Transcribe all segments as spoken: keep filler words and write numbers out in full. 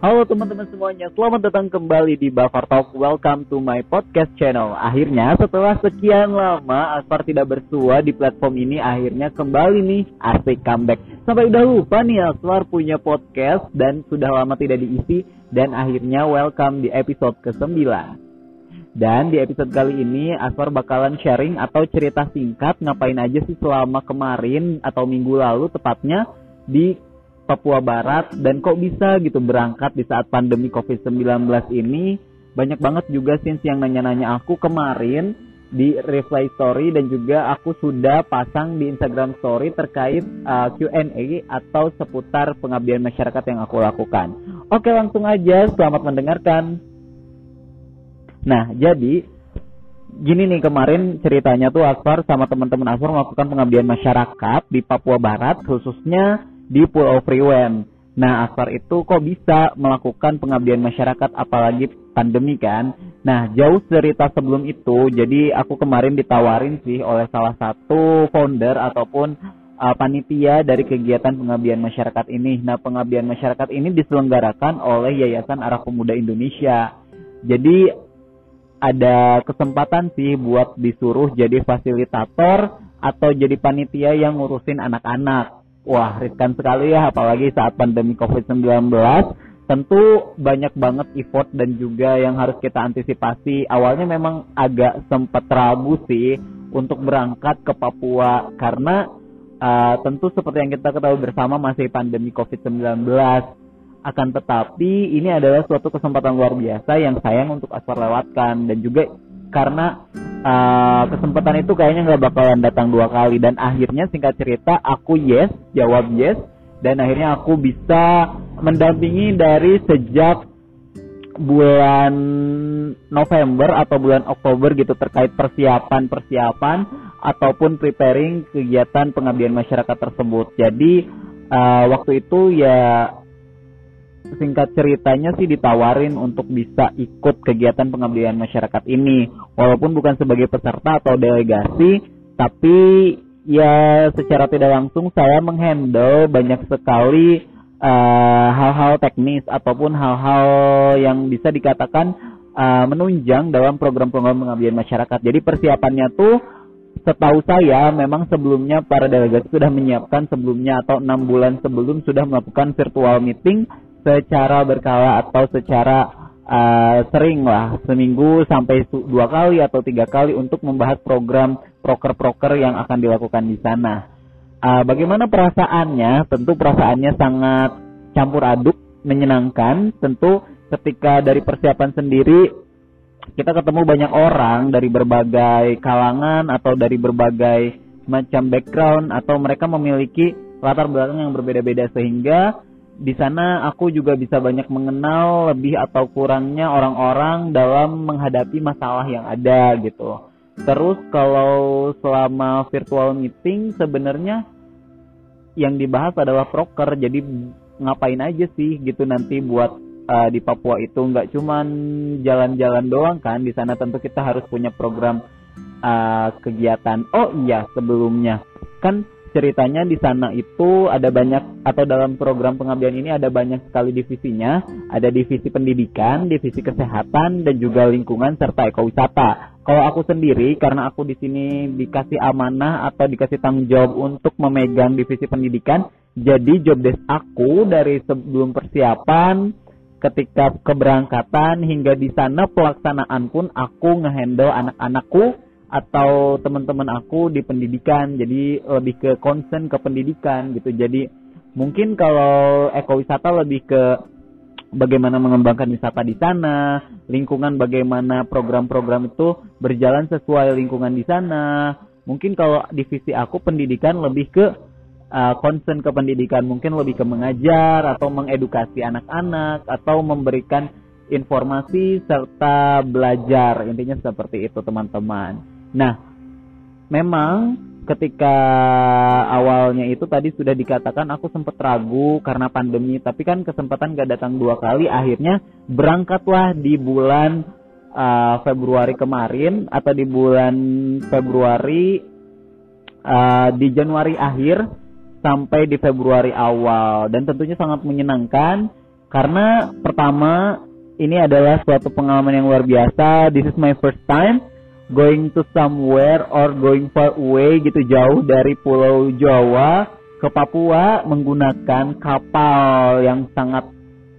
Halo teman-teman semuanya, selamat datang kembali di Bafar Talk. Welcome to my podcast channel. Akhirnya setelah sekian lama Asfar tidak bersua di platform ini, akhirnya kembali nih, asik comeback. Sampai udah lupa nih Asfar punya podcast dan sudah lama tidak diisi. Dan akhirnya welcome di episode kesembilan. Dan di episode kali ini Asfar bakalan sharing atau cerita singkat ngapain aja sih selama kemarin atau minggu lalu tepatnya di Papua Barat, dan kok bisa gitu berangkat di saat pandemi covid sembilan belas ini. Banyak banget juga sins yang nanya-nanya aku kemarin di reply story, dan juga aku sudah pasang di Instagram story terkait uh, Q and A atau seputar pengabdian masyarakat yang aku lakukan. Oke, langsung aja, selamat mendengarkan. Nah, jadi gini nih, kemarin ceritanya tuh Asfar sama teman-teman Asfar melakukan pengabdian masyarakat di Papua Barat, khususnya di Pulau Freewen. Nah, Asfar itu kok bisa melakukan pengabdian masyarakat apalagi pandemi kan. Nah, jauh cerita sebelum itu, jadi aku kemarin ditawarin sih oleh salah satu founder ataupun uh, panitia dari kegiatan pengabdian masyarakat ini. Nah, pengabdian masyarakat ini diselenggarakan oleh Yayasan Arah Pemuda Indonesia. Jadi ada kesempatan sih buat disuruh jadi fasilitator atau jadi panitia yang ngurusin anak-anak. Wah, riskan sekali ya, apalagi saat pandemi covid sembilan belas. Tentu banyak banget effort dan juga yang harus kita antisipasi. Awalnya memang agak sempat ragu sih untuk berangkat ke Papua, karena uh, tentu seperti yang kita ketahui bersama masih pandemi covid sembilan belas. Akan tetapi ini adalah suatu kesempatan luar biasa yang sayang untuk Asfar lewatkan, dan juga karena uh, kesempatan itu kayaknya nggak bakalan datang dua kali. Dan akhirnya singkat cerita aku yes, jawab yes, dan akhirnya aku bisa mendampingi dari sejak bulan November atau bulan Oktober gitu, terkait persiapan-persiapan ataupun preparing kegiatan pengabdian masyarakat tersebut. Jadi uh, waktu itu ya singkat ceritanya sih ditawarin untuk bisa ikut kegiatan pengabdian masyarakat ini, walaupun bukan sebagai peserta atau delegasi, tapi ya secara tidak langsung saya menghandle banyak sekali uh, hal-hal teknis ataupun hal-hal yang bisa dikatakan uh, menunjang dalam program-program pengabdian masyarakat. Jadi persiapannya tuh setahu saya memang sebelumnya para delegasi sudah menyiapkan sebelumnya atau enam bulan sebelum sudah melakukan virtual meeting secara berkala atau secara uh, sering lah, seminggu sampai dua kali atau tiga kali untuk membahas program proker-proker yang akan dilakukan di sana. Uh, bagaimana perasaannya? Tentu perasaannya sangat campur aduk, menyenangkan. Tentu ketika dari persiapan sendiri kita ketemu banyak orang dari berbagai kalangan atau dari berbagai macam background, atau mereka memiliki latar belakang yang berbeda-beda, sehingga di sana aku juga bisa banyak mengenal lebih atau kurangnya orang-orang dalam menghadapi masalah yang ada gitu. Terus kalau selama virtual meeting sebenarnya yang dibahas adalah proker. Jadi ngapain aja sih gitu nanti buat uh, di Papua itu, nggak cuman jalan-jalan doang kan. Di sana tentu kita harus punya program uh, kegiatan. Oh iya, sebelumnya kan ceritanya di sana itu ada banyak, atau dalam program pengabdian ini ada banyak sekali divisinya. Ada divisi pendidikan, divisi kesehatan, dan juga lingkungan serta ekowisata. Kalau aku sendiri, karena aku di sini dikasih amanah atau dikasih tanggung jawab untuk memegang divisi pendidikan, jadi job desk aku dari sebelum persiapan, ketika keberangkatan hingga di sana pelaksanaan pun aku ngehandle anak-anakku atau teman-teman aku di pendidikan. Jadi lebih ke concern ke pendidikan gitu. Jadi mungkin kalau ekowisata lebih ke bagaimana mengembangkan wisata di sana, lingkungan bagaimana program-program itu berjalan sesuai lingkungan di sana. Mungkin kalau divisi aku pendidikan lebih ke uh, concern ke pendidikan, mungkin lebih ke mengajar atau mengedukasi anak-anak atau memberikan informasi serta belajar. Intinya seperti itu teman-teman. Nah, memang ketika awalnya itu tadi sudah dikatakan aku sempat ragu karena pandemi, tapi kan kesempatan gak datang dua kali. Akhirnya berangkatlah di bulan uh, Februari kemarin, atau di bulan Februari uh, di Januari akhir sampai di Februari awal, dan tentunya sangat menyenangkan. Karena pertama, ini adalah suatu pengalaman yang luar biasa. This is my first time going to somewhere or going far away gitu, jauh dari Pulau Jawa ke Papua menggunakan kapal yang sangat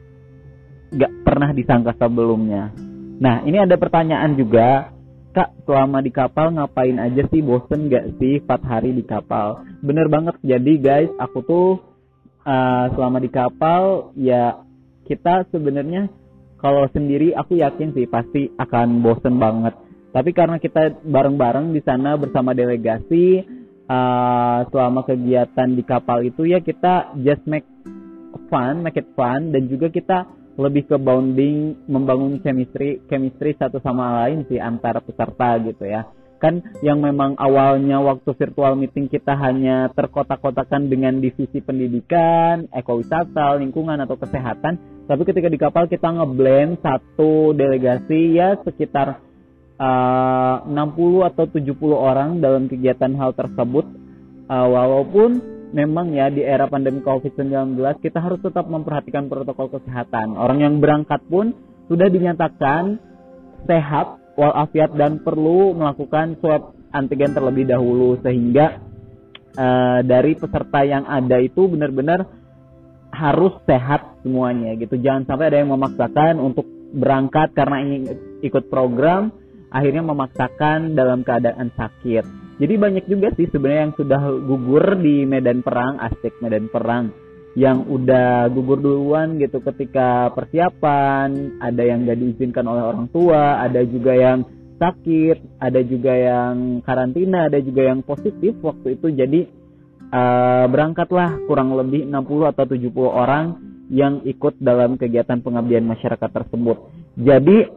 gak pernah disangka sebelumnya. Nah, ini ada pertanyaan juga, Kak, selama di kapal ngapain aja sih? Bosen gak sih empat hari di kapal? Bener banget. Jadi guys, aku tuh uh, selama di kapal ya, kita sebenarnya kalau sendiri aku yakin sih pasti akan bosen banget. Tapi karena kita bareng-bareng di sana bersama delegasi, uh, selama kegiatan di kapal itu ya kita just make fun, make it fun, dan juga kita lebih ke bonding, membangun chemistry, chemistry satu sama lain sih antara peserta gitu ya. Kan yang memang awalnya waktu virtual meeting kita hanya terkotak-kotakan dengan divisi pendidikan, ekowisata, lingkungan atau kesehatan, tapi ketika di kapal kita ngeblend satu delegasi ya sekitar Uh, enam puluh atau tujuh puluh orang dalam kegiatan hal tersebut. uh, Walaupun memang ya di era pandemi covid sembilan belas kita harus tetap memperhatikan protokol kesehatan. Orang yang berangkat pun sudah dinyatakan sehat walafiat dan perlu melakukan swab antigen terlebih dahulu. Sehingga uh, dari peserta yang ada itu benar-benar harus sehat semuanya gitu. Jangan sampai ada yang memaksakan untuk berangkat karena ingin ikut program, akhirnya memaksakan dalam keadaan sakit. Jadi banyak juga sih sebenarnya yang sudah gugur di medan perang, asik medan perang, yang udah gugur duluan gitu ketika persiapan. Ada yang gak diizinkan oleh orang tua, ada juga yang sakit, ada juga yang karantina, ada juga yang positif waktu itu. Jadi uh, berangkatlah kurang lebih enam puluh atau tujuh puluh orang yang ikut dalam kegiatan pengabdian masyarakat tersebut. Jadi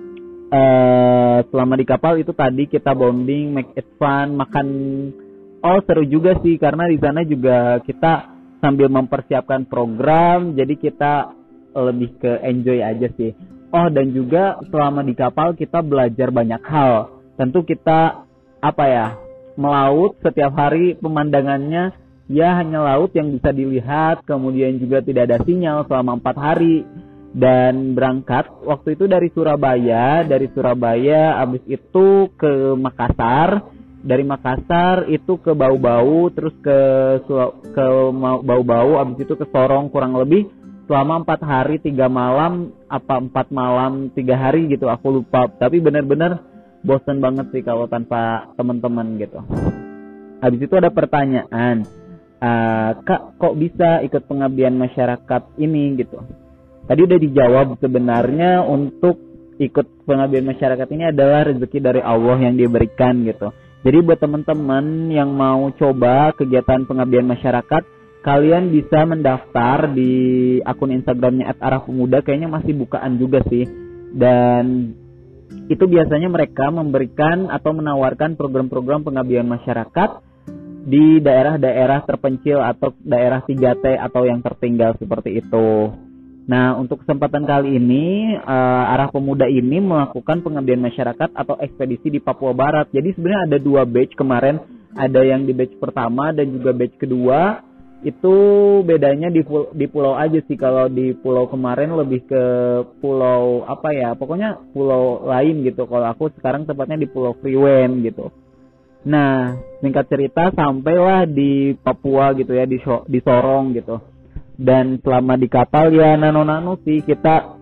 Uh, selama di kapal itu tadi kita bonding, make it fun, makan. Oh seru juga sih karena di sana juga kita sambil mempersiapkan program, jadi kita lebih ke enjoy aja sih. Oh dan juga selama di kapal kita belajar banyak hal. Tentu kita apa ya, melaut setiap hari pemandangannya ya hanya laut yang bisa dilihat, kemudian juga tidak ada sinyal selama empat hari. Dan berangkat waktu itu dari Surabaya, dari Surabaya habis itu ke Makassar, dari Makassar itu ke Bau-Bau, terus ke ke Bau-Bau, habis itu ke Sorong, kurang lebih selama empat hari tiga malam, apa empat malam tiga hari gitu, aku lupa. Tapi benar-benar bosan banget sih kalau tanpa teman-teman gitu. Habis itu ada pertanyaan, uh, Kak kok bisa ikut pengabdian masyarakat ini gitu? Tadi udah dijawab, sebenarnya untuk ikut pengabdian masyarakat ini adalah rezeki dari Allah yang diberikan gitu. Jadi buat teman-teman yang mau coba kegiatan pengabdian masyarakat, kalian bisa mendaftar di akun Instagramnya et arah pemuda, kayaknya masih bukaan juga sih. Dan itu biasanya mereka memberikan atau menawarkan program-program pengabdian masyarakat di daerah-daerah terpencil atau daerah tiga T atau yang tertinggal seperti itu. Nah, untuk kesempatan kali ini, uh, Arah Pemuda ini melakukan pengabdian masyarakat atau ekspedisi di Papua Barat. Jadi sebenarnya ada dua batch kemarin, ada yang di batch pertama dan juga batch kedua. Itu bedanya di, pul- di pulau aja sih. Kalau di pulau kemarin lebih ke pulau apa ya, pokoknya pulau lain gitu. Kalau aku sekarang tepatnya di Pulau Freewen gitu. Nah, singkat cerita sampailah di Papua gitu ya, di, so- di Sorong gitu. Dan selama di kapal ya nano-nano sih kita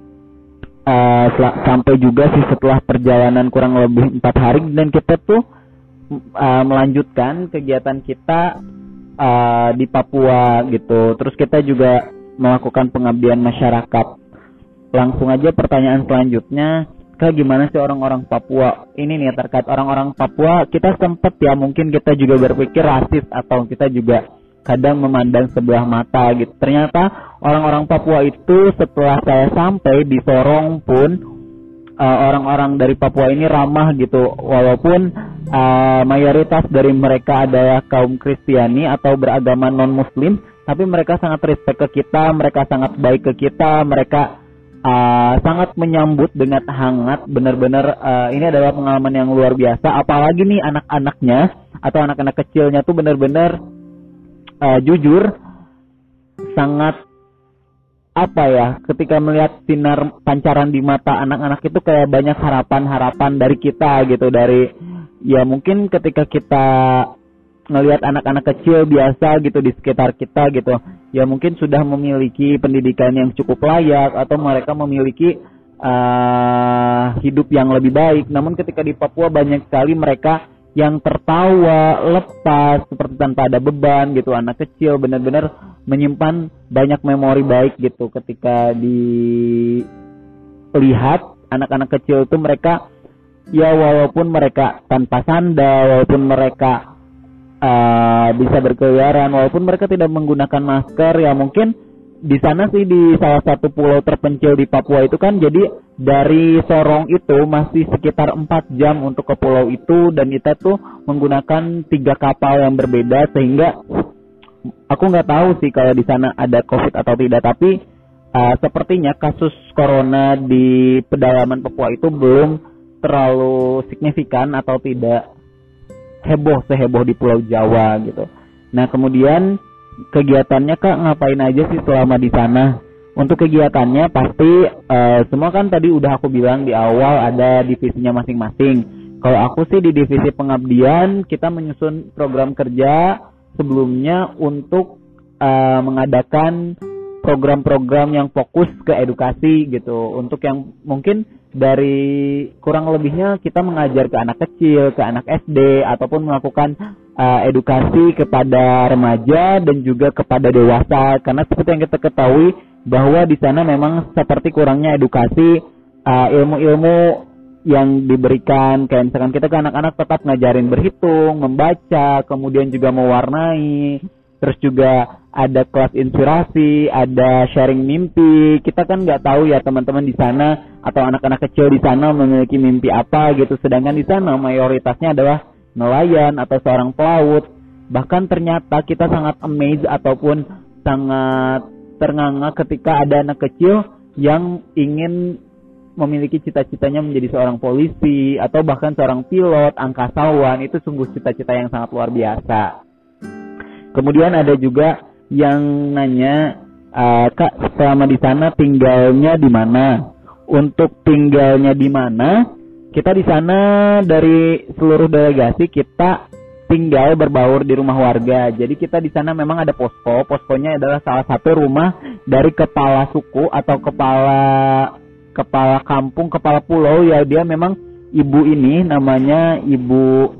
uh, sel- sampai juga sih setelah perjalanan kurang lebih empat hari, dan kita tuh uh, melanjutkan kegiatan kita uh, di Papua gitu. Terus kita juga melakukan pengabdian masyarakat. Langsung aja pertanyaan selanjutnya, Kak gimana sih orang-orang Papua? Ini nih terkait orang-orang Papua, kita sempet ya mungkin kita juga berpikir rasis atau kita juga kadang memandang sebelah mata gitu. Ternyata orang-orang Papua itu setelah saya sampai di Sorong pun uh, orang-orang dari Papua ini ramah gitu. Walaupun uh, mayoritas dari mereka adalah kaum Kristiani atau beragama non-Muslim, tapi mereka sangat respect ke kita, mereka sangat baik ke kita, mereka uh, sangat menyambut dengan hangat. Benar-benar uh, ini adalah pengalaman yang luar biasa. Apalagi nih anak-anaknya atau anak-anak kecilnya tuh benar-benar Uh, jujur sangat apa ya, ketika melihat sinar pancaran di mata anak-anak itu kayak banyak harapan-harapan dari kita gitu, dari ya mungkin ketika kita ngelihat anak-anak kecil biasa gitu di sekitar kita gitu, ya mungkin sudah memiliki pendidikan yang cukup layak atau mereka memiliki uh, hidup yang lebih baik. Namun ketika di Papua banyak sekali mereka yang tertawa, lepas, seperti tanpa ada beban gitu. Anak kecil benar-benar menyimpan banyak memori baik gitu. Ketika dilihat anak-anak kecil itu mereka, ya walaupun mereka tanpa sandal, walaupun mereka uh, bisa berkeliaran, walaupun mereka tidak menggunakan masker, ya mungkin di sana sih di salah satu pulau terpencil di Papua itu kan, jadi dari Sorong itu masih sekitar empat jam untuk ke pulau itu, dan kita tuh menggunakan tiga kapal yang berbeda, sehingga aku nggak tahu sih kalau di sana ada COVID atau tidak, tapi uh, sepertinya kasus corona di pedalaman Papua itu belum terlalu signifikan atau tidak heboh seheboh di Pulau Jawa gitu. Nah kemudian kegiatannya Kak ngapain aja sih selama di sana? Untuk kegiatannya pasti uh, semua kan tadi udah aku bilang di awal ada divisinya masing-masing. Kalau aku sih di divisi pengabdian kita menyusun program kerja sebelumnya untuk uh, mengadakan program-program yang fokus ke edukasi gitu. Untuk yang mungkin dari kurang lebihnya kita mengajar ke anak kecil, ke anak S D ataupun melakukan uh, edukasi kepada remaja dan juga kepada dewasa, karena seperti yang kita ketahui bahwa di sana memang seperti kurangnya edukasi uh, ilmu-ilmu yang diberikan, kayak misalkan kita ke anak-anak tetap ngajarin berhitung, membaca, kemudian juga mewarnai, terus juga ada kelas inspirasi, ada sharing mimpi. Kita kan nggak tahu ya teman-teman di sana atau anak-anak kecil di sana memiliki mimpi apa gitu, sedangkan di sana mayoritasnya adalah nelayan atau seorang pelaut. Bahkan ternyata kita sangat amazed ataupun sangat ternganga ketika ada anak kecil yang ingin memiliki cita-citanya menjadi seorang polisi atau bahkan seorang pilot, angkasawan. Itu sungguh cita-cita yang sangat luar biasa. Kemudian ada juga yang nanya, uh, Kak selama di sana tinggalnya di mana? Untuk tinggalnya di mana? Kita di sana dari seluruh delegasi kita tinggal berbaur di rumah warga. Jadi kita di sana memang ada posko. Poskonya adalah salah satu rumah dari kepala suku atau kepala kepala kampung, kepala pulau ya. Dia memang ibu ini namanya Ibu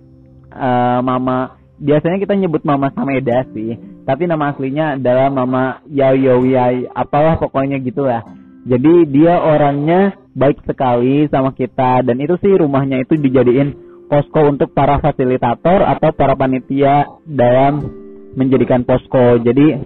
uh, Mama. Biasanya kita nyebut Mama Sameda sih, tapi nama aslinya adalah Mama Yaoyowiyai, apalah pokoknya gitulah. Jadi dia orangnya baik sekali sama kita, dan itu sih rumahnya itu dijadiin posko untuk para fasilitator atau para panitia dalam menjadikan posko. Jadi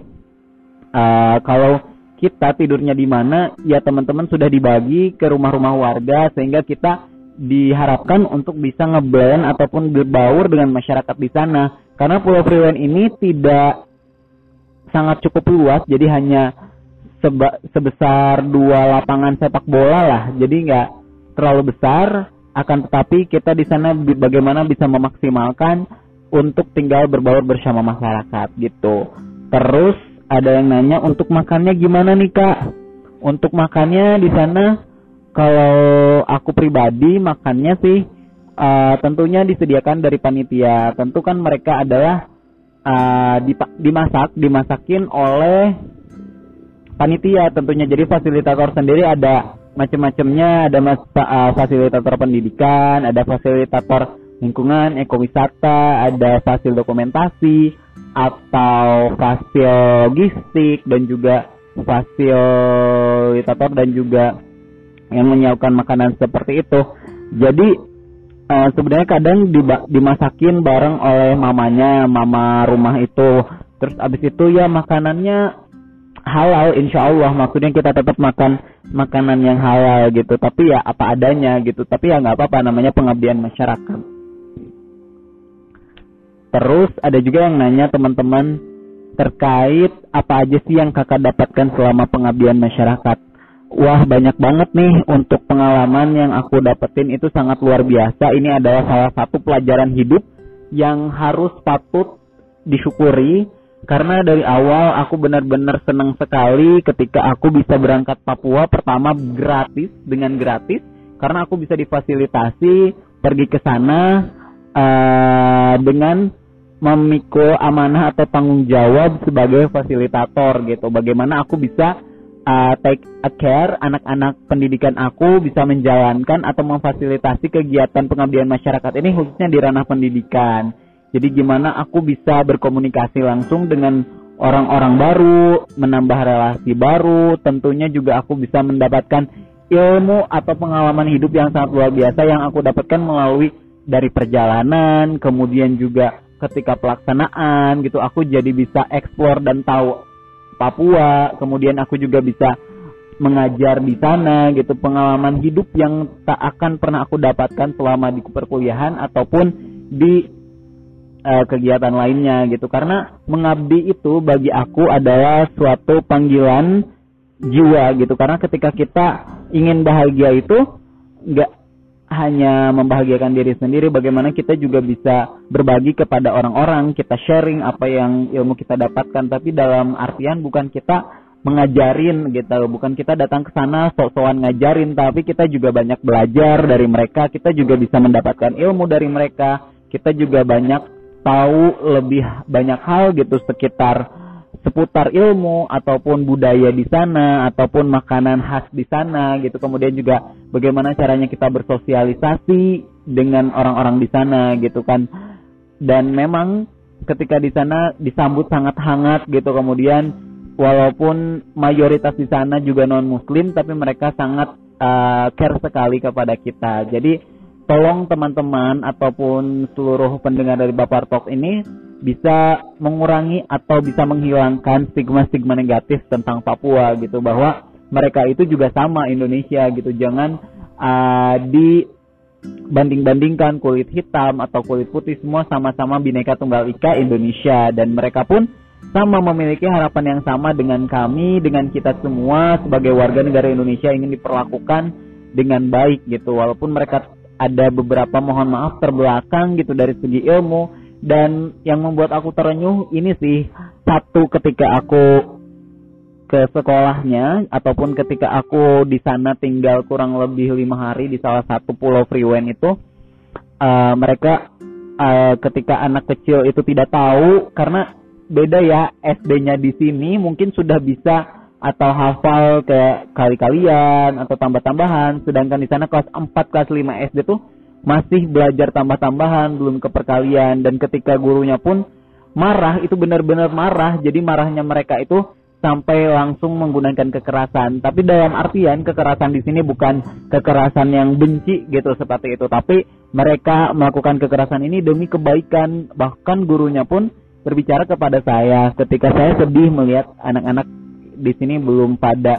uh, kalau kita tidurnya di mana, ya teman-teman sudah dibagi ke rumah-rumah warga sehingga kita diharapkan untuk bisa ngeblend ataupun berbaur dengan masyarakat di sana. Karena Pulau Priwen ini tidak sangat cukup luas, jadi hanya seba, sebesar dua lapangan sepak bola lah, jadi nggak terlalu besar. Akan tetapi kita di sana bagaimana bisa memaksimalkan untuk tinggal berbaur bersama masyarakat gitu. Terus ada yang nanya untuk makannya gimana nih Kak? Untuk makannya di sana kalau aku pribadi makannya sih Uh, tentunya disediakan dari panitia. Tentu kan mereka adalah uh, dimasak, dimasakin oleh panitia tentunya. Jadi fasilitator sendiri ada macam-macamnya, ada mas, uh, fasilitator pendidikan, ada fasilitator lingkungan, ekowisata, ada fasil dokumentasi atau fasil logistik, dan juga fasilitator dan juga yang menyiapkan makanan seperti itu. Jadi Uh, sebenarnya kadang dimasakin bareng oleh mamanya, mama rumah itu. Terus abis itu ya makanannya halal insya Allah. Maksudnya kita tetap makan makanan yang halal gitu. Tapi ya apa adanya gitu. Tapi ya nggak apa-apa, namanya pengabdian masyarakat. Terus ada juga yang nanya teman-teman terkait apa aja sih yang kakak dapatkan selama pengabdian masyarakat. Wah banyak banget nih untuk pengalaman yang aku dapetin, itu sangat luar biasa. Ini adalah salah satu pelajaran hidup yang harus patut disyukuri Karena dari awal aku benar-benar senang sekali ketika aku bisa berangkat Papua. Pertama gratis, dengan gratis, karena aku bisa difasilitasi pergi ke sana uh, dengan memikul amanah atau tanggung jawab sebagai fasilitator gitu. Bagaimana aku bisa uh, take a care anak-anak pendidikan aku bisa menjalankan atau memfasilitasi kegiatan pengabdian masyarakat ini khususnya di ranah pendidikan. Jadi gimana aku bisa berkomunikasi langsung dengan orang-orang baru, menambah relasi baru, tentunya juga aku bisa mendapatkan ilmu atau pengalaman hidup yang sangat luar biasa yang aku dapatkan melalui dari perjalanan, kemudian juga ketika pelaksanaan gitu, aku jadi bisa eksplor dan tahu Papua, kemudian aku juga bisa mengajar di sana gitu, pengalaman hidup yang tak akan pernah aku dapatkan selama di perkuliahan ataupun di kegiatan lainnya gitu. Karena mengabdi itu bagi aku adalah suatu panggilan jiwa gitu, karena ketika kita ingin bahagia itu nggak hanya membahagiakan diri sendiri, bagaimana kita juga bisa berbagi kepada orang-orang, kita sharing apa yang ilmu kita dapatkan, tapi dalam artian bukan kita mengajarin gitu, bukan kita datang ke sana sok-sokan ngajarin, tapi kita juga banyak belajar dari mereka, kita juga bisa mendapatkan ilmu dari mereka, kita juga banyak tahu lebih banyak hal gitu sekitar seputar ilmu ataupun budaya di sana ataupun makanan khas di sana gitu. Kemudian juga bagaimana caranya kita bersosialisasi dengan orang-orang di sana gitu kan. Dan memang ketika di sana disambut sangat hangat gitu. Kemudian walaupun mayoritas di sana juga non muslim, tapi mereka sangat uh, care sekali kepada kita. Jadi tolong teman-teman ataupun seluruh pendengar dari Bapak Talk ini bisa mengurangi atau bisa menghilangkan stigma-stigma negatif tentang Papua gitu, bahwa mereka itu juga sama Indonesia gitu. Jangan uh, dibanding-bandingkan kulit hitam atau kulit putih, semua sama-sama Bhinneka Tunggal Ika Indonesia, dan mereka pun sama memiliki harapan yang sama dengan kami, dengan kita semua sebagai warga negara Indonesia ingin diperlakukan dengan baik gitu. Walaupun mereka ada beberapa mohon maaf terbelakang gitu dari segi ilmu, dan yang membuat aku terenyuh ini sih, satu ketika aku ke sekolahnya ataupun ketika aku di sana tinggal kurang lebih lima hari di salah satu pulau Freewen itu, uh, mereka uh, ketika anak kecil itu tidak tahu, karena beda ya, S D-nya di sini mungkin sudah bisa atau hafal kayak kali-kalian atau tambah-tambahan, sedangkan di sana kelas empat, kelas lima S D tuh masih belajar tambah-tambahan, belum ke perkalian. Dan ketika gurunya pun marah, itu benar-benar marah, jadi marahnya mereka itu sampai langsung menggunakan kekerasan. Tapi dalam artian kekerasan di sini bukan kekerasan yang benci gitu seperti itu, tapi mereka melakukan kekerasan ini demi kebaikan. Bahkan gurunya pun berbicara kepada saya ketika saya sedih melihat anak-anak di sini belum pada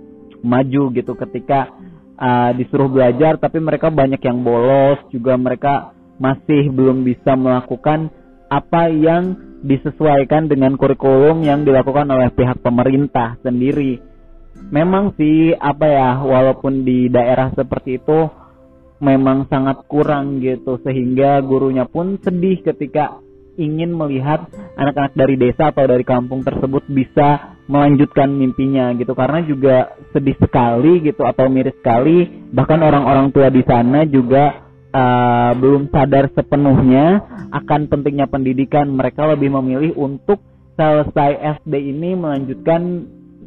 maju gitu, ketika uh, disuruh belajar tapi mereka banyak yang bolos, juga mereka masih belum bisa melakukan apa yang disesuaikan dengan kurikulum yang dilakukan oleh pihak pemerintah sendiri. Memang sih apa ya, walaupun di daerah seperti itu memang sangat kurang gitu, sehingga gurunya pun sedih ketika ingin melihat anak-anak dari desa atau dari kampung tersebut bisa melanjutkan mimpinya gitu, karena juga sedih sekali gitu atau miris sekali, bahkan orang-orang tua di sana juga uh, belum sadar sepenuhnya akan pentingnya pendidikan. Mereka lebih memilih untuk selesai S D ini melanjutkan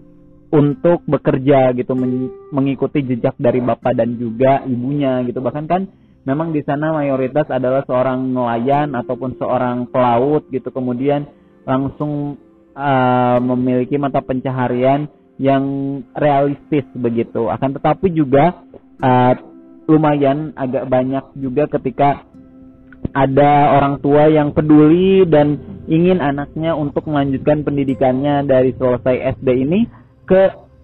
untuk bekerja gitu, men- mengikuti jejak dari bapak dan juga ibunya gitu. Bahkan kan memang di sana mayoritas adalah seorang nelayan ataupun seorang pelaut gitu, kemudian langsung uh, memiliki mata pencaharian yang realistis begitu. Akan tetapi juga uh, lumayan agak banyak juga ketika ada orang tua yang peduli dan ingin anaknya untuk melanjutkan pendidikannya dari selesai S D ini ke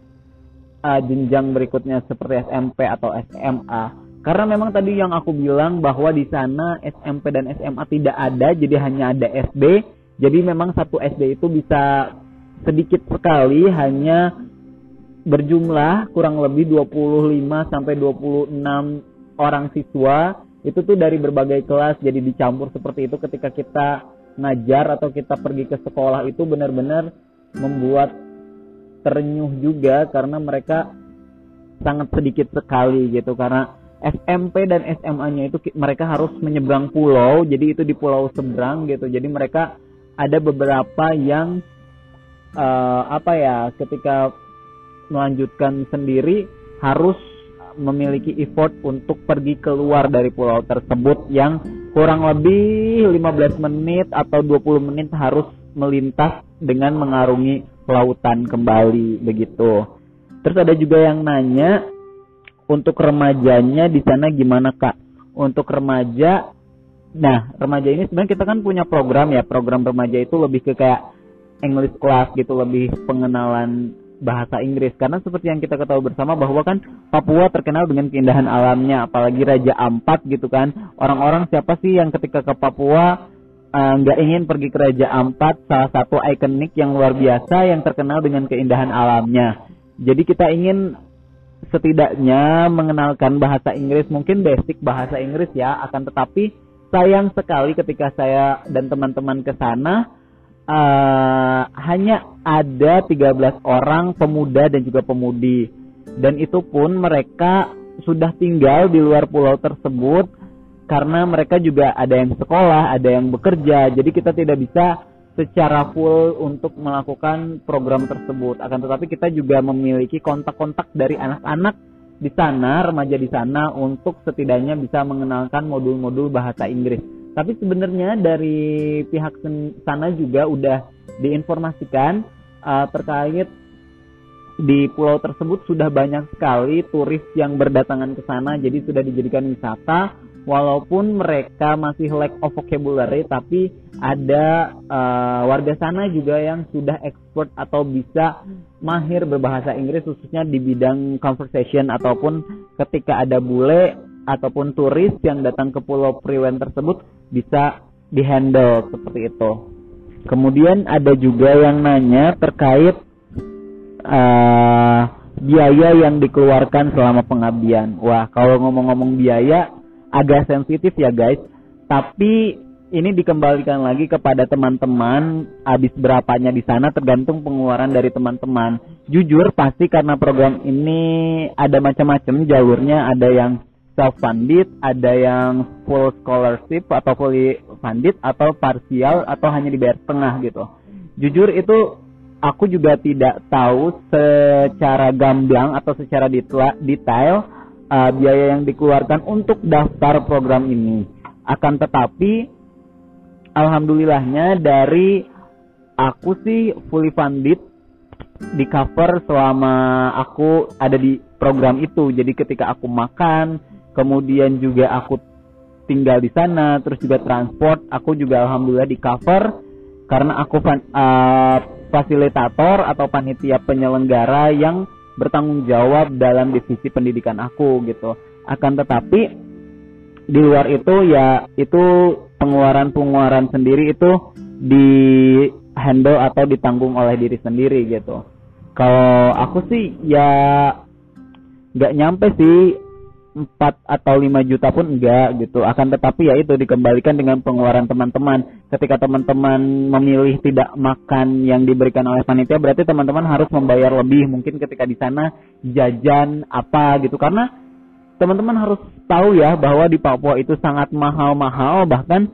uh, jenjang berikutnya seperti S M P atau S M A. Karena memang tadi yang aku bilang bahwa di sana S M P dan S M A tidak ada, jadi hanya ada S D. Jadi memang satu S D itu bisa sedikit sekali, hanya berjumlah kurang lebih dua puluh lima sampai dua puluh enam orang siswa. Itu tuh dari berbagai kelas, jadi dicampur seperti itu ketika kita ngajar atau kita pergi ke sekolah itu benar-benar membuat terenyuh juga, karena mereka sangat sedikit sekali gitu, karena S M P dan S M A-nya itu mereka harus menyeberang pulau, jadi itu di pulau seberang gitu. Jadi mereka ada beberapa yang uh, apa ya, ketika melanjutkan sendiri harus memiliki effort untuk pergi keluar dari pulau tersebut yang kurang lebih lima belas menit atau dua puluh menit harus melintas dengan mengarungi lautan kembali begitu. Terus ada juga yang nanya untuk remajanya di sana gimana Kak? Untuk remaja, nah remaja ini sebenarnya kita kan punya program ya, program remaja itu lebih ke kayak English class gitu, lebih pengenalan bahasa Inggris, karena seperti yang kita ketahui bersama bahwa kan Papua terkenal dengan keindahan alamnya, apalagi Raja Ampat gitu kan. Orang-orang siapa sih yang ketika ke Papua nggak uh, ingin pergi ke Raja Ampat, salah satu ikonik yang luar biasa yang terkenal dengan keindahan alamnya. Jadi kita ingin setidaknya mengenalkan bahasa Inggris, mungkin basic bahasa Inggris ya, akan tetapi sayang sekali ketika saya dan teman-teman ke sana Uh, hanya ada tiga belas orang pemuda dan juga pemudi, dan itu pun mereka sudah tinggal di luar pulau tersebut karena mereka juga ada yang sekolah, ada yang bekerja, jadi kita tidak bisa secara full untuk melakukan program tersebut. Akan tetapi kita juga memiliki kontak-kontak dari anak-anak di sana, remaja di sana, untuk setidaknya bisa mengenalkan modul-modul bahasa Inggris. Tapi sebenarnya dari pihak sana juga udah diinformasikan uh, terkait di pulau tersebut sudah banyak sekali turis yang berdatangan ke sana, jadi sudah dijadikan wisata. Walaupun mereka masih lack of vocabulary, tapi ada uh, warga sana juga yang sudah expert atau bisa mahir berbahasa Inggris, khususnya di bidang conversation, ataupun ketika ada bule ataupun turis yang datang ke Pulau Priwen tersebut bisa dihandle seperti itu. Kemudian ada juga yang nanya terkait uh, biaya yang dikeluarkan selama pengabdian. Wah, kalau ngomong-ngomong biaya agak sensitif ya guys, tapi ini dikembalikan lagi kepada teman-teman, habis berapanya di sana tergantung pengeluaran dari teman-teman. Jujur pasti karena program ini ada macam-macam jalurnya, ada yang self-funded, ada yang full scholarship atau fully funded, atau parsial atau hanya dibayar setengah gitu. Jujur itu aku juga tidak tahu secara gamblang atau secara detail uh, biaya yang dikeluarkan untuk daftar program ini. Akan tetapi alhamdulillahnya dari aku sih fully funded, di cover selama aku ada di program itu. Jadi ketika aku makan, kemudian juga aku tinggal di sana, terus juga transport, aku juga alhamdulillah di cover karena aku fan, uh, fasilitator atau panitia penyelenggara yang bertanggung jawab dalam divisi pendidikan aku gitu. Akan tetapi di luar itu ya itu pengeluaran-pengeluaran sendiri itu di handle atau ditanggung oleh diri sendiri gitu. Kalau aku sih ya nggak nyampe sih empat atau lima juta pun enggak gitu. Akan tetapi ya itu dikembalikan dengan pengeluaran teman-teman. Ketika teman-teman memilih tidak makan yang diberikan oleh panitia, berarti teman-teman harus membayar lebih. Mungkin ketika di sana jajan apa gitu. Karena teman-teman harus tahu ya bahwa di Papua itu sangat mahal-mahal, bahkan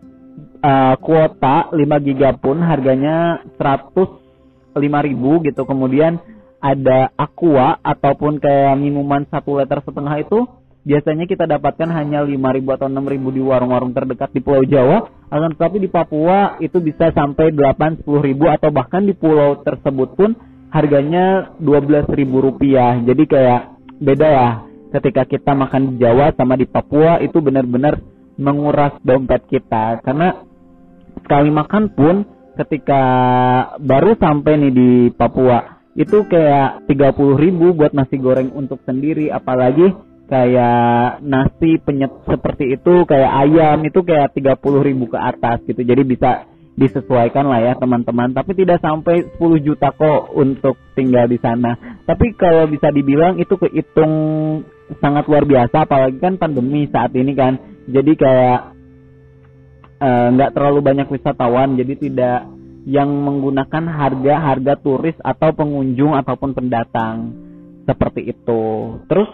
uh, kuota lima giga pun harganya seratus lima ribu gitu. Kemudian ada aqua ataupun kayak minuman satu liter setengah itu biasanya kita dapatkan hanya lima ribu atau enam ribu di warung-warung terdekat di Pulau Jawa. Akan tetapi di Papua itu bisa sampai delapan sampai sepuluh ribu, atau bahkan di pulau tersebut pun harganya dua belas ribu rupiah. Jadi kayak beda ya ketika kita makan di Jawa sama di Papua, itu benar-benar menguras dompet kita. Karena sekali makan pun ketika baru sampai nih di Papua itu kayak tiga puluh ribu buat nasi goreng untuk sendiri, apalagi kayak nasi penyet seperti itu, kayak ayam itu kayak tiga puluh ribu ke atas gitu. Jadi bisa disesuaikan lah ya teman-teman, tapi tidak sampai sepuluh juta kok untuk tinggal di sana. Tapi kalau bisa dibilang itu kehitung sangat luar biasa, apalagi kan pandemi saat ini kan. Jadi kayak nggak uh, terlalu banyak wisatawan, jadi tidak yang menggunakan harga-harga turis atau pengunjung ataupun pendatang seperti itu. Terus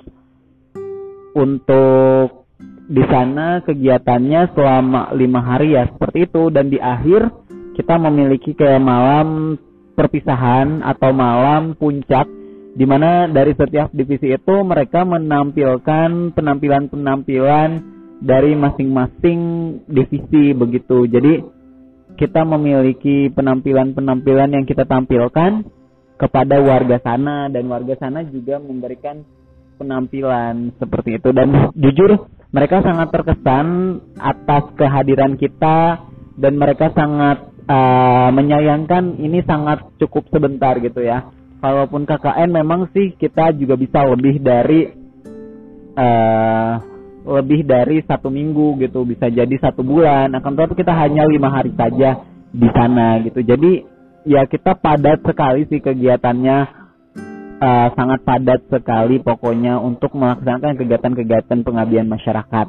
untuk di sana kegiatannya selama lima hari ya seperti itu, dan di akhir kita memiliki kayak malam perpisahan atau malam puncak, di mana dari setiap divisi itu mereka menampilkan penampilan-penampilan dari masing-masing divisi begitu. Jadi kita memiliki penampilan-penampilan yang kita tampilkan kepada warga sana, dan warga sana juga memberikan penampilan seperti itu. Dan jujur mereka sangat terkesan atas kehadiran kita, dan mereka sangat uh, menyayangkan ini sangat cukup sebentar gitu ya. Walaupun K K N memang sih kita juga bisa lebih dari uh, lebih dari satu minggu gitu, bisa jadi satu bulan. Akan tetapi kita hanya lima hari saja di sana gitu. Jadi ya kita padat sekali sih kegiatannya, uh, sangat padat sekali pokoknya untuk melaksanakan kegiatan-kegiatan pengabdian masyarakat.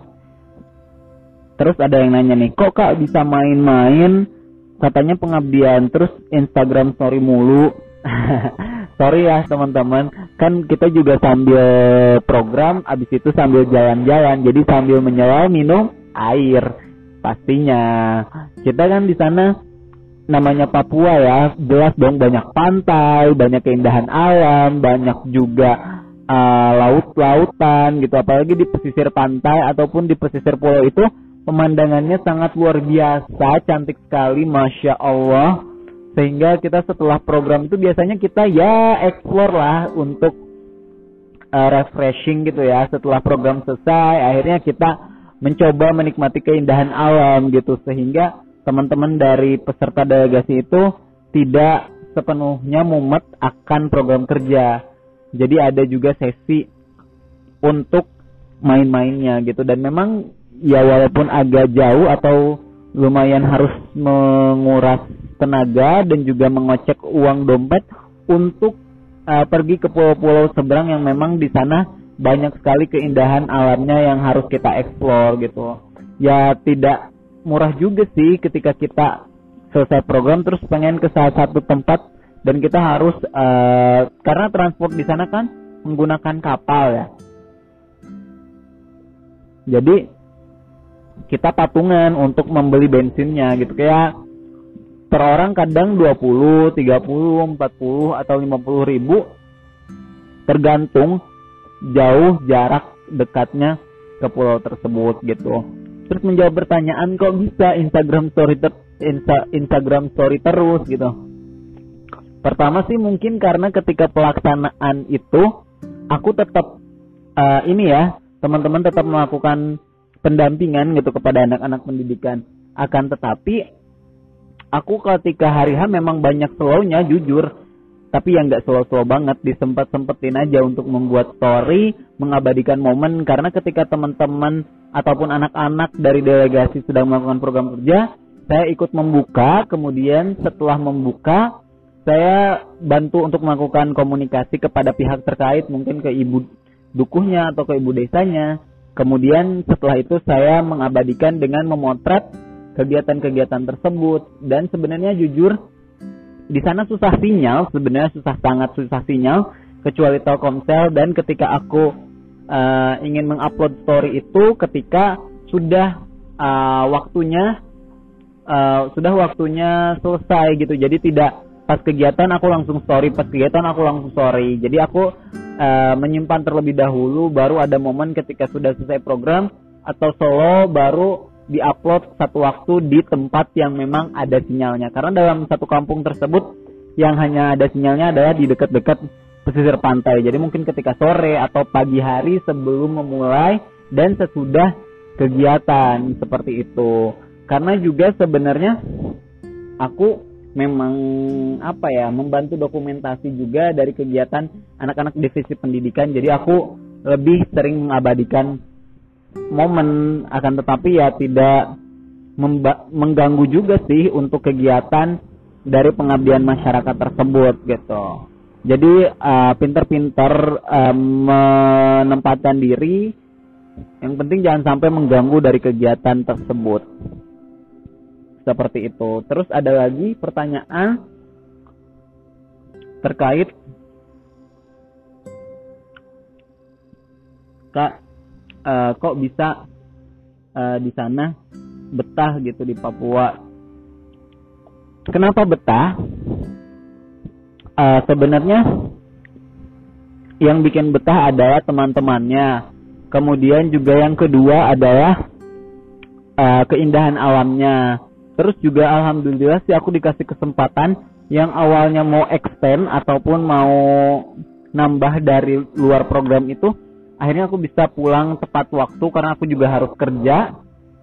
Terus ada yang nanya nih, kok Kak bisa main-main? Katanya pengabdian, terus Instagram story mulu. Sorry ya teman-teman, kan kita juga sambil program, abis itu sambil jalan-jalan, jadi sambil menyelam minum air pastinya. Kita kan di sana namanya Papua ya, jelas dong banyak pantai, banyak keindahan alam, banyak juga uh, laut-lautan gitu. Apalagi di pesisir pantai ataupun di pesisir pulau itu pemandangannya sangat luar biasa, cantik sekali, masya Allah. Sehingga kita setelah program itu biasanya kita ya explore lah untuk uh, refreshing gitu ya. Setelah program selesai akhirnya kita mencoba menikmati keindahan alam gitu, sehingga teman-teman dari peserta delegasi itu tidak sepenuhnya mumet akan program kerja. Jadi ada juga sesi untuk main-mainnya gitu. Dan memang ya walaupun agak jauh atau lumayan harus menguras tenaga dan juga mengocek uang dompet untuk uh, pergi ke pulau-pulau seberang yang memang di sana banyak sekali keindahan alamnya yang harus kita eksplor gitu. Ya tidak murah juga sih ketika kita selesai program terus pengen ke salah satu tempat, dan kita harus uh, karena transport di sana kan menggunakan kapal ya. Jadi kita patungan untuk membeli bensinnya gitu, kayak per orang kadang dua puluh, tiga puluh, empat puluh atau lima puluh ribu tergantung jauh jarak dekatnya ke pulau tersebut gitu. Terus menjawab pertanyaan kok bisa Instagram story ter, Insta, Instagram story terus gitu. Pertama sih mungkin karena ketika pelaksanaan itu aku tetap uh, ini ya, teman-teman tetap melakukan pendampingan gitu kepada anak-anak pendidikan. Akan tetapi aku ketika hari H memang banyak slow-nya jujur, tapi yang nggak slow-slow banget, disempet-sempetin aja untuk membuat story, mengabadikan momen. Karena ketika teman-teman ataupun anak-anak dari delegasi sedang melakukan program kerja, saya ikut membuka, kemudian setelah membuka saya bantu untuk melakukan komunikasi kepada pihak terkait, mungkin ke ibu dukuhnya atau ke ibu desanya. Kemudian setelah itu saya mengabadikan dengan memotret kegiatan-kegiatan tersebut. Dan sebenarnya jujur di sana susah sinyal, sebenarnya susah sangat susah sinyal kecuali Telkomsel. Dan ketika aku uh, ingin mengupload story itu ketika sudah uh, waktunya uh, sudah waktunya selesai gitu. Jadi tidak pas kegiatan aku langsung story, pas kegiatan aku langsung story. Jadi aku uh, menyimpan terlebih dahulu, baru ada momen ketika sudah selesai program atau solo baru diupload satu waktu di tempat yang memang ada sinyalnya. Karena dalam satu kampung tersebut yang hanya ada sinyalnya adalah di dekat-dekat pesisir pantai. Jadi mungkin ketika sore atau pagi hari sebelum memulai dan sesudah kegiatan seperti itu. Karena juga sebenarnya aku memang apa ya membantu dokumentasi juga dari kegiatan anak-anak divisi pendidikan. Jadi aku lebih sering mengabadikan momen, akan tetapi ya tidak memba- mengganggu juga sih untuk kegiatan dari pengabdian masyarakat tersebut gitu. Jadi uh, pinter-pinter uh, menempatkan diri, yang penting jangan sampai mengganggu dari kegiatan tersebut. Seperti itu. Terus ada lagi pertanyaan terkait Kak, uh, kok bisa uh, di sana betah gitu di Papua? Kenapa betah? Uh, sebenarnya yang bikin betah adalah teman-temannya. Kemudian juga yang kedua adalah uh, keindahan alamnya. Terus juga alhamdulillah sih aku dikasih kesempatan yang awalnya mau extend ataupun mau nambah dari luar program itu, akhirnya aku bisa pulang tepat waktu karena aku juga harus kerja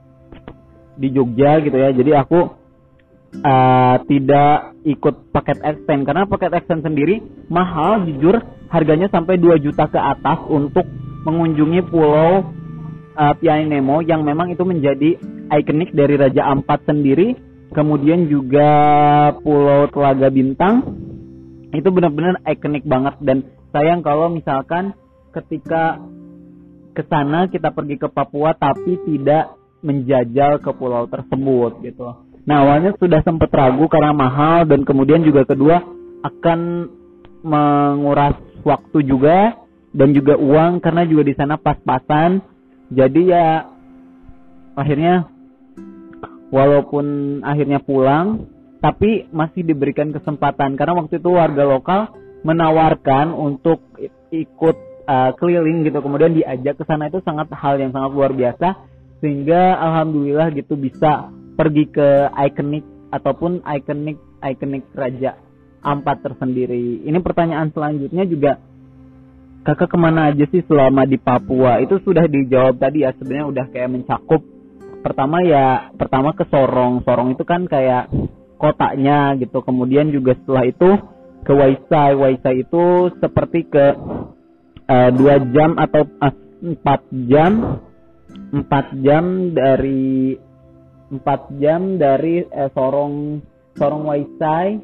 di Jogja gitu ya. Jadi aku uh, tidak ikut paket extend karena paket extend sendiri mahal, jujur harganya sampai dua juta ke atas untuk mengunjungi pulau uh, Piai Nemo yang memang itu menjadi ikonik dari Raja Ampat sendiri. Kemudian juga Pulau Telaga Bintang itu benar-benar ikonik banget, dan sayang kalau misalkan ketika ke sana kita pergi ke Papua tapi tidak menjajal ke pulau tersebut gitu. Nah, awalnya sudah sempat ragu karena mahal, dan kemudian juga kedua akan menguras waktu juga dan juga uang karena juga di sana pas-pasan. Jadi ya akhirnya walaupun akhirnya pulang tapi masih diberikan kesempatan karena waktu itu warga lokal menawarkan untuk ikut Uh, keliling gitu, kemudian diajak ke sana. Itu sangat hal yang sangat luar biasa, sehingga alhamdulillah gitu bisa pergi ke ikonik ataupun ikonik ikonik Raja Ampat tersendiri. Ini pertanyaan selanjutnya juga, kakak kemana aja sih selama di Papua? Itu sudah dijawab tadi ya, sebenarnya udah kayak mencakup. Pertama ya, pertama ke Sorong. Sorong itu kan kayak kotanya gitu. Kemudian juga setelah itu ke Waisai. Waisai itu seperti ke Uh, dua jam atau uh, empat jam empat jam dari empat jam dari eh, Sorong Sorong Waisai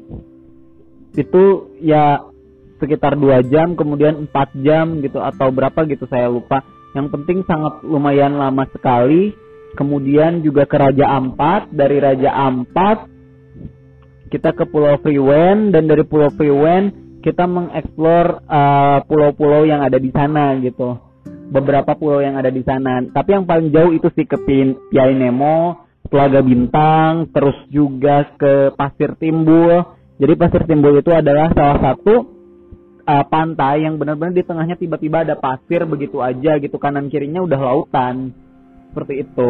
itu ya sekitar dua jam, kemudian empat jam gitu atau berapa gitu saya lupa. Yang penting sangat lumayan lama sekali. Kemudian juga ke Raja Ampat, dari Raja Ampat kita ke Pulau Freewen, dan dari Pulau Freewen kita mengeksplor uh, pulau-pulau yang ada di sana gitu. Beberapa pulau yang ada di sana. Tapi yang paling jauh itu sih ke Piai Nemo, Telaga Bintang, terus juga ke Pasir Timbul. Jadi Pasir Timbul itu adalah salah satu uh, pantai yang benar-benar di tengahnya tiba-tiba ada pasir begitu aja gitu. Kanan kirinya udah lautan. Seperti itu.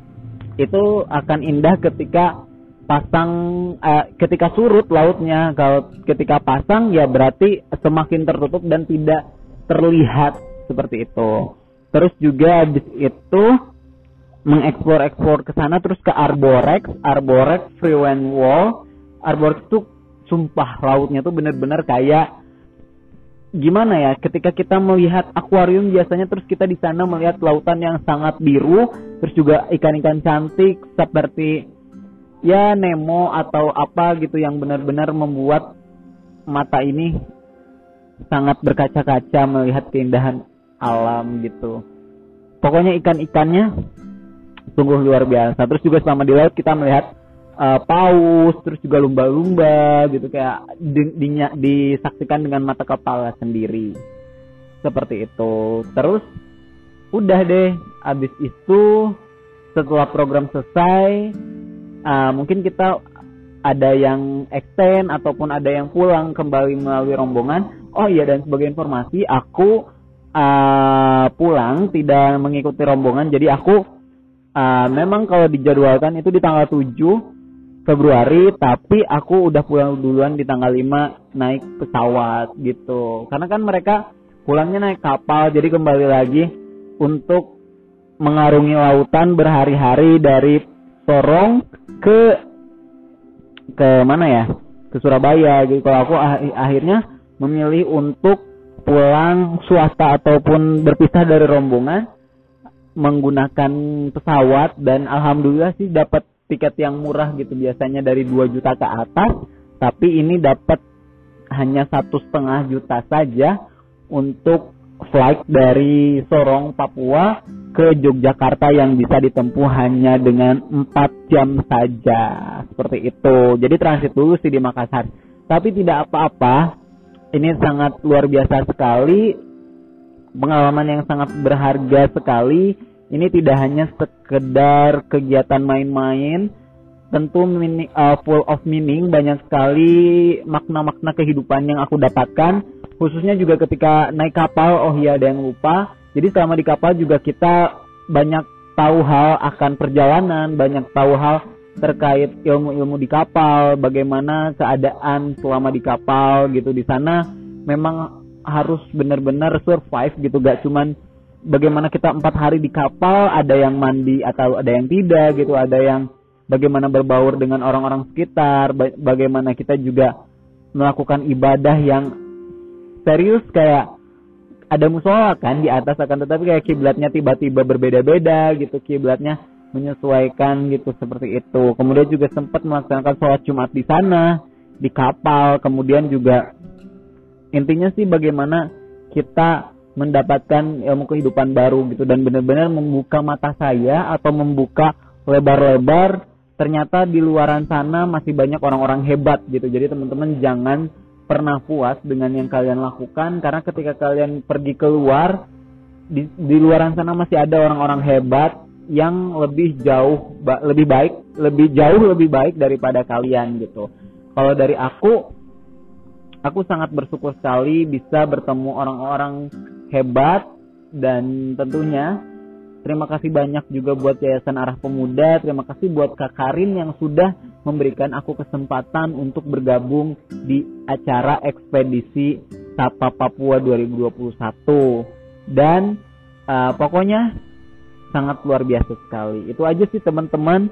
Itu akan indah ketika pasang, eh, ketika surut lautnya. Kalau ketika pasang ya berarti semakin tertutup dan tidak terlihat, seperti itu. Terus juga habis itu mengeksplor-eksplor ke sana, terus ke Arborex, Arborex Freewen Wall. Arborex itu sumpah lautnya tuh benar-benar kayak gimana ya? Ketika kita melihat akuarium biasanya, terus kita di sana melihat lautan yang sangat biru, terus juga ikan-ikan cantik seperti ya Nemo atau apa gitu yang benar-benar membuat mata ini sangat berkaca-kaca melihat keindahan alam gitu. Pokoknya ikan-ikannya sungguh luar biasa. Terus juga selama di laut kita melihat uh, paus, terus juga lumba-lumba gitu, kayak di, di, disaksikan dengan mata kepala sendiri. Seperti itu. Terus udah deh, abis itu setelah program selesai, Uh, mungkin kita ada yang extend ataupun ada yang pulang kembali melalui rombongan. Oh iya, dan sebagai informasi, aku uh, pulang tidak mengikuti rombongan. Jadi aku uh, memang kalau dijadwalkan itu di tanggal tujuh Februari, tapi aku udah pulang duluan di tanggal lima naik pesawat gitu. Karena kan mereka pulangnya naik kapal, jadi kembali lagi untuk mengarungi lautan berhari-hari dari Sorong ke ke mana ya? Ke Surabaya. Jadi kalau aku ah, akhirnya memilih untuk pulang swasta ataupun berpisah dari rombongan menggunakan pesawat, dan alhamdulillah sih dapat tiket yang murah gitu, biasanya dari dua juta ke atas, tapi ini dapat hanya satu setengah juta saja untuk flight dari Sorong Papua ke Yogyakarta yang bisa ditempuh hanya dengan empat jam saja. Seperti itu. Jadi transit dulu sih di Makassar. Tapi tidak apa-apa. Ini sangat luar biasa sekali. Pengalaman yang sangat berharga sekali. Ini tidak hanya sekedar kegiatan main-main. Tentu mini, uh, full of meaning. Banyak sekali makna-makna kehidupan yang aku dapatkan. Khususnya juga ketika naik kapal. Oh iya, ada yang lupa. Jadi selama di kapal juga kita banyak tahu hal akan perjalanan, banyak tahu hal terkait ilmu-ilmu di kapal, bagaimana keadaan selama di kapal gitu. Di sana memang harus benar-benar survive gitu, gak cuman bagaimana kita empat hari di kapal, ada yang mandi atau ada yang tidak gitu, ada yang bagaimana berbaur dengan orang-orang sekitar, bagaimana kita juga melakukan ibadah yang serius kayak ada musola kan di atas, akan tetapi kayak kiblatnya tiba-tiba berbeda-beda gitu, kiblatnya menyesuaikan gitu, seperti itu. Kemudian juga sempat melaksanakan sholat Jumat di sana di kapal. Kemudian juga intinya sih bagaimana kita mendapatkan ilmu kehidupan baru gitu, dan benar-benar membuka mata saya atau membuka lebar-lebar. Ternyata di luaran sana masih banyak orang-orang hebat gitu. Jadi teman-teman jangan pernah puas dengan yang kalian lakukan, karena ketika kalian pergi keluar di, di luaran sana masih ada orang-orang hebat yang lebih jauh ba, lebih baik lebih jauh lebih baik daripada kalian gitu. Kalau dari aku aku sangat bersyukur sekali bisa bertemu orang-orang hebat, dan tentunya terima kasih banyak juga buat Yayasan Arah Pemuda. Terima kasih buat Kak Karin yang sudah memberikan aku kesempatan untuk bergabung di acara ekspedisi Sapa Papua dua ribu dua puluh satu. Dan uh, pokoknya sangat luar biasa sekali. Itu aja sih teman-teman.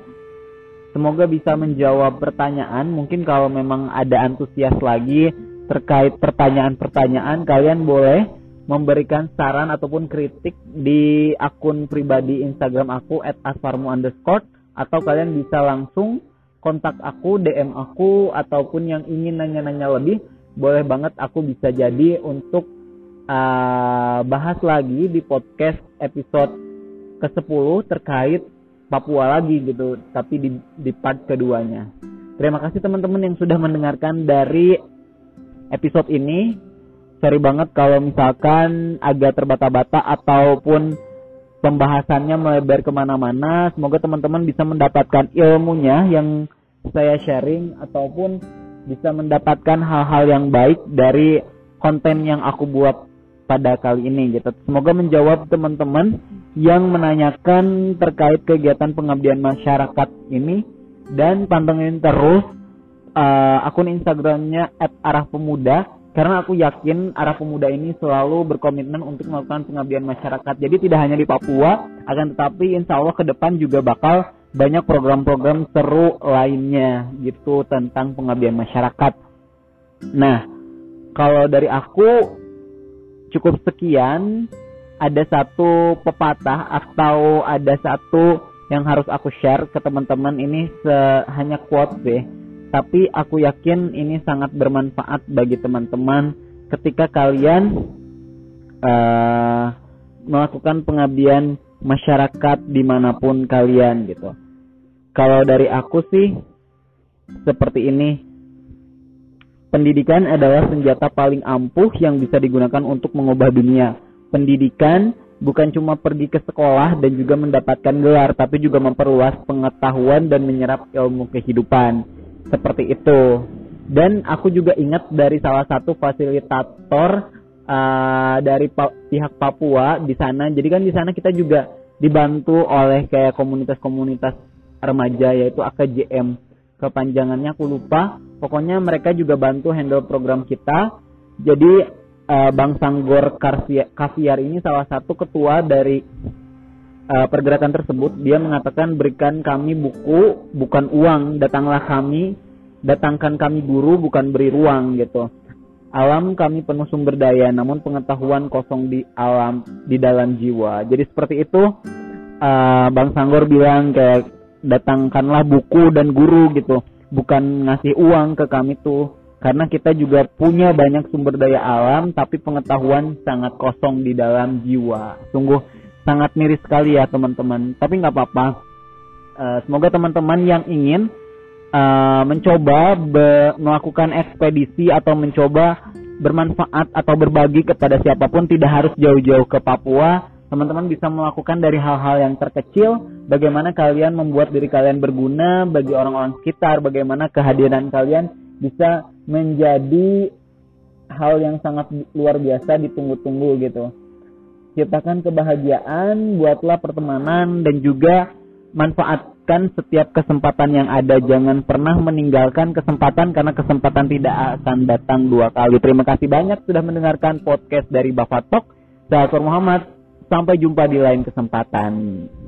Semoga bisa menjawab pertanyaan. Mungkin kalau memang ada antusias lagi terkait pertanyaan-pertanyaan, kalian boleh memberikan saran ataupun kritik di akun pribadi Instagram aku at asfarmu underscore, atau kalian bisa langsung kontak aku, D M aku, ataupun yang ingin nanya-nanya lebih, boleh banget aku bisa jadi untuk uh, bahas lagi di podcast episode kesepuluh terkait Papua lagi gitu, tapi di, di part keduanya. Terima kasih teman-teman yang sudah mendengarkan dari episode ini. Sorry banget kalau misalkan agak terbata-bata ataupun pembahasannya melebar kemana-mana. Semoga teman-teman bisa mendapatkan ilmunya yang saya sharing, ataupun bisa mendapatkan hal-hal yang baik dari konten yang aku buat pada kali ini gitu. Semoga menjawab teman-teman yang menanyakan terkait kegiatan pengabdian masyarakat ini, dan pantengin terus uh, akun Instagramnya at arah pemuda. Karena aku yakin Arah Pemuda ini selalu berkomitmen untuk melakukan pengabdian masyarakat. Jadi tidak hanya di Papua, akan tetapi insya Allah ke depan juga bakal banyak program-program seru lainnya gitu tentang pengabdian masyarakat. Nah, kalau dari aku cukup sekian. Ada satu pepatah atau ada satu yang harus aku share ke teman-teman. Ini se- hanya quote deh. Tapi aku yakin ini sangat bermanfaat bagi teman-teman ketika kalian uh, melakukan pengabdian masyarakat dimanapun kalian gitu. Kalau dari aku sih seperti ini. Pendidikan adalah senjata paling ampuh yang bisa digunakan untuk mengubah dunia. Pendidikan bukan cuma pergi ke sekolah dan juga mendapatkan gelar, tapi juga memperluas pengetahuan dan menyerap ilmu kehidupan. Seperti itu. Dan aku juga ingat dari salah satu fasilitator uh, dari pa- pihak Papua di sana. Jadi kan di sana kita juga dibantu oleh kayak komunitas-komunitas remaja, yaitu A K J M. Kepanjangannya aku lupa. Pokoknya mereka juga bantu handle program kita. Jadi uh, Bang Sanggor Kaviar ini salah satu ketua dari Uh, pergerakan tersebut. Dia mengatakan, berikan kami buku bukan uang, datanglah kami, datangkan kami guru bukan beri ruang gitu. Alam kami penuh sumber daya, namun pengetahuan kosong di alam, di dalam jiwa. Jadi seperti itu, uh, Bang Sanggor bilang kayak datangkanlah buku dan guru gitu, bukan ngasih uang ke kami tuh, karena kita juga punya banyak sumber daya alam, tapi pengetahuan sangat kosong di dalam jiwa. Sungguh sangat miris sekali ya teman-teman. Tapi nggak apa-apa. Uh, semoga teman-teman yang ingin uh, mencoba be- melakukan ekspedisi atau mencoba bermanfaat atau berbagi kepada siapapun, tidak harus jauh-jauh ke Papua. Teman-teman bisa melakukan dari hal-hal yang terkecil. Bagaimana kalian membuat diri kalian berguna bagi orang-orang sekitar. Bagaimana kehadiran kalian bisa menjadi hal yang sangat luar biasa ditunggu-tunggu gitu. Ciptakan kebahagiaan, buatlah pertemanan, dan juga manfaatkan setiap kesempatan yang ada. Jangan pernah meninggalkan kesempatan, karena kesempatan tidak akan datang dua kali. Terima kasih banyak sudah mendengarkan podcast dari Bapak Talk. Saya Akur Muhammad. Sampai jumpa di lain kesempatan.